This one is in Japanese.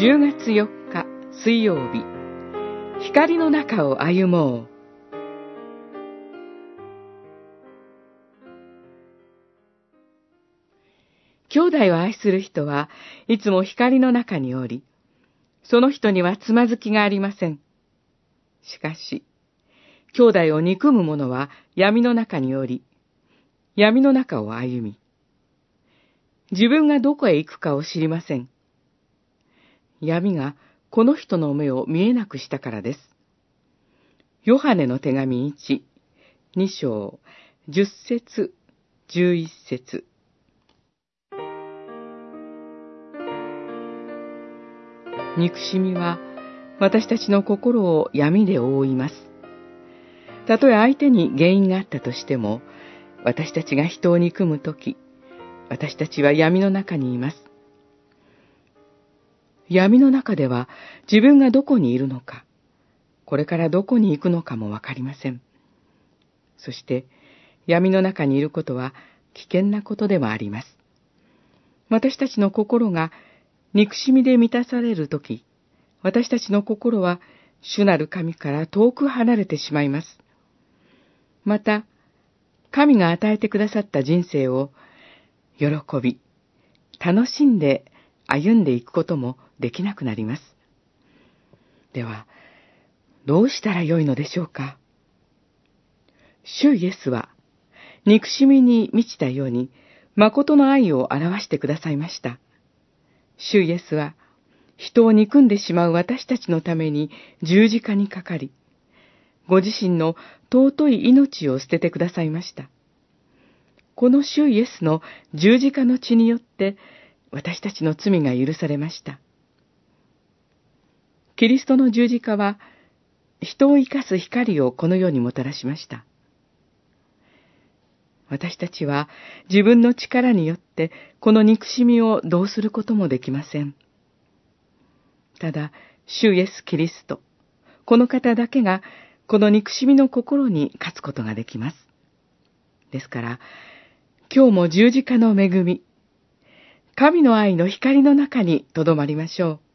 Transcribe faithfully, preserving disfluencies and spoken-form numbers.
じゅうがつよっか水曜日、光の中を歩もう。兄弟を愛する人はいつも光の中におり、その人にはつまずきがありません。しかし、兄弟を憎む者は闇の中におり、闇の中を歩み、自分がどこへ行くかを知りません。闇がこの人の目を見えなくしたからです。ヨハネの手紙いち、に章、じゅっ節、じゅういち節。憎しみは私たちの心を闇で覆います。たとえ相手に原因があったとしても、私たちが人を憎むとき、私たちは闇の中にいます。闇の中では自分がどこにいるのか、これからどこに行くのかもわかりません。そして闇の中にいることは危険なことでもあります。私たちの心が憎しみで満たされるとき、私たちの心は主なる神から遠く離れてしまいます。また、神が与えてくださった人生を喜び、楽しんで歩んでいくこともできなくなります。では、どうしたらよいのでしょうか。主イエスは、憎しみに満ちたように、誠の愛を表してくださいました。主イエスは、人を憎んでしまう私たちのために十字架にかかり、ご自身の尊い命を捨ててくださいました。この主イエスの十字架の血によって、私たちの罪が許されました。キリストの十字架は、人を生かす光をこの世にもたらしました。私たちは自分の力によってこの憎しみをどうすることもできません。ただ、主イエス・キリスト、この方だけがこの憎しみの心に勝つことができます。ですから、今日も十字架の恵み、神の愛の光の中にとどまりましょう。